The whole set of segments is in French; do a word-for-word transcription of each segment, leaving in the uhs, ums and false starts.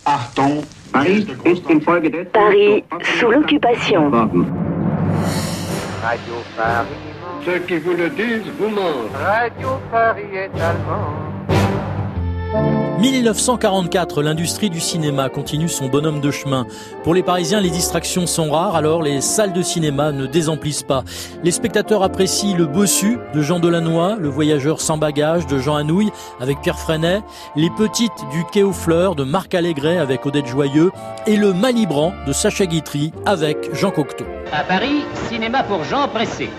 Achtung, Paris ist infolge des Paris sous l'occupation. Radio Paris. Ceux qui vous le disent vous mentent. Radio Paris est allemand. mille neuf cent quarante-quatre, l'industrie du cinéma continue son bonhomme de chemin. Pour les Parisiens, les distractions sont rares, alors les salles de cinéma ne désemplissent pas. Les spectateurs apprécient Le Bossu de Jean Delannoy, Le Voyageur sans bagages de Jean Anouilh avec Pierre Freinet, Les Petites du Quai aux Fleurs de Marc Allégret avec Odette Joyeux et Le Malibran de Sacha Guitry avec Jean Cocteau. À Paris, cinéma pour Jean Pressé.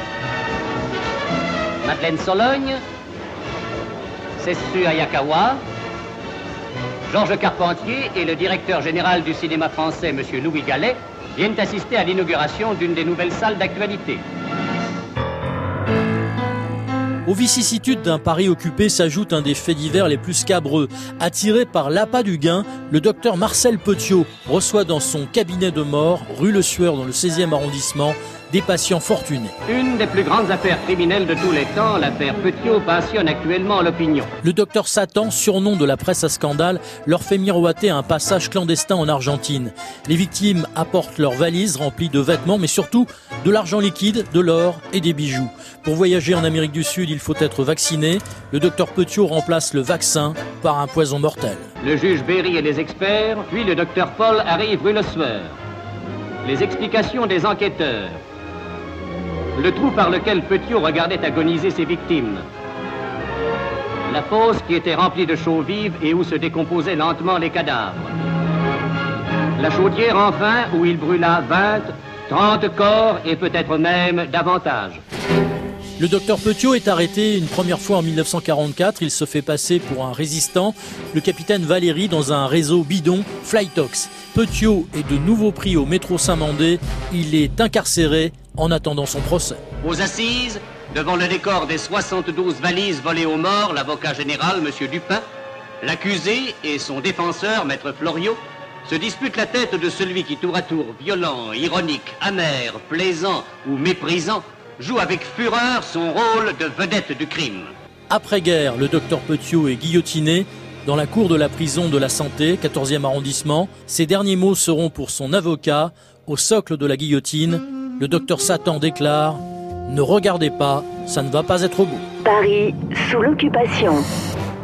Madeleine Sologne, Sessu Hayakawa, Georges Carpentier et le directeur général du cinéma français, M. Louis Gallet, viennent assister à l'inauguration d'une des nouvelles salles d'actualité. Aux vicissitudes d'un Paris occupé s'ajoute un des faits divers les plus scabreux. Attiré par l'appât du gain, le docteur Marcel Petiot reçoit dans son cabinet de mort, rue Le Sueur dans le seizième arrondissement, des patients fortunés. Une des plus grandes affaires criminelles de tous les temps, l'affaire Petiot, passionne actuellement l'opinion. Le docteur Satan, surnom de la presse à scandale, leur fait miroiter un passage clandestin en Argentine. Les victimes apportent leurs valises remplies de vêtements, mais surtout de l'argent liquide, de l'or et des bijoux. Pour voyager en Amérique du Sud, il faut être vacciné. Le docteur Petiot remplace le vaccin par un poison mortel. Le juge Berry et les experts, puis le docteur Paul arrivent rue Le Sueur. Les explications des enquêteurs. Le trou par lequel Petiot regardait agoniser ses victimes. La fosse qui était remplie de chaux vives et où se décomposaient lentement les cadavres. La chaudière enfin où il brûla vingt, trente corps et peut-être même davantage. Le docteur Petiot est arrêté une première fois en mille neuf cent quarante-quatre. Il se fait passer pour un résistant, le capitaine Valéry, dans un réseau bidon Flytox. Petiot est de nouveau pris au métro Saint-Mandé. Il est incarcéré en attendant son procès. Aux assises, devant le décor des soixante-douze valises volées aux morts, l'avocat général, M. Dupin, l'accusé et son défenseur, maître Floriot, se disputent la tête de celui qui, tour à tour, violent, ironique, amer, plaisant ou méprisant, joue avec fureur son rôle de vedette du crime. Après-guerre, le docteur Petiot est guillotiné dans la cour de la prison de la Santé, quatorzième arrondissement. Ses derniers mots seront pour son avocat. Au socle de la guillotine, le docteur Satan déclare « Ne regardez pas, ça ne va pas être beau ». Paris sous l'occupation.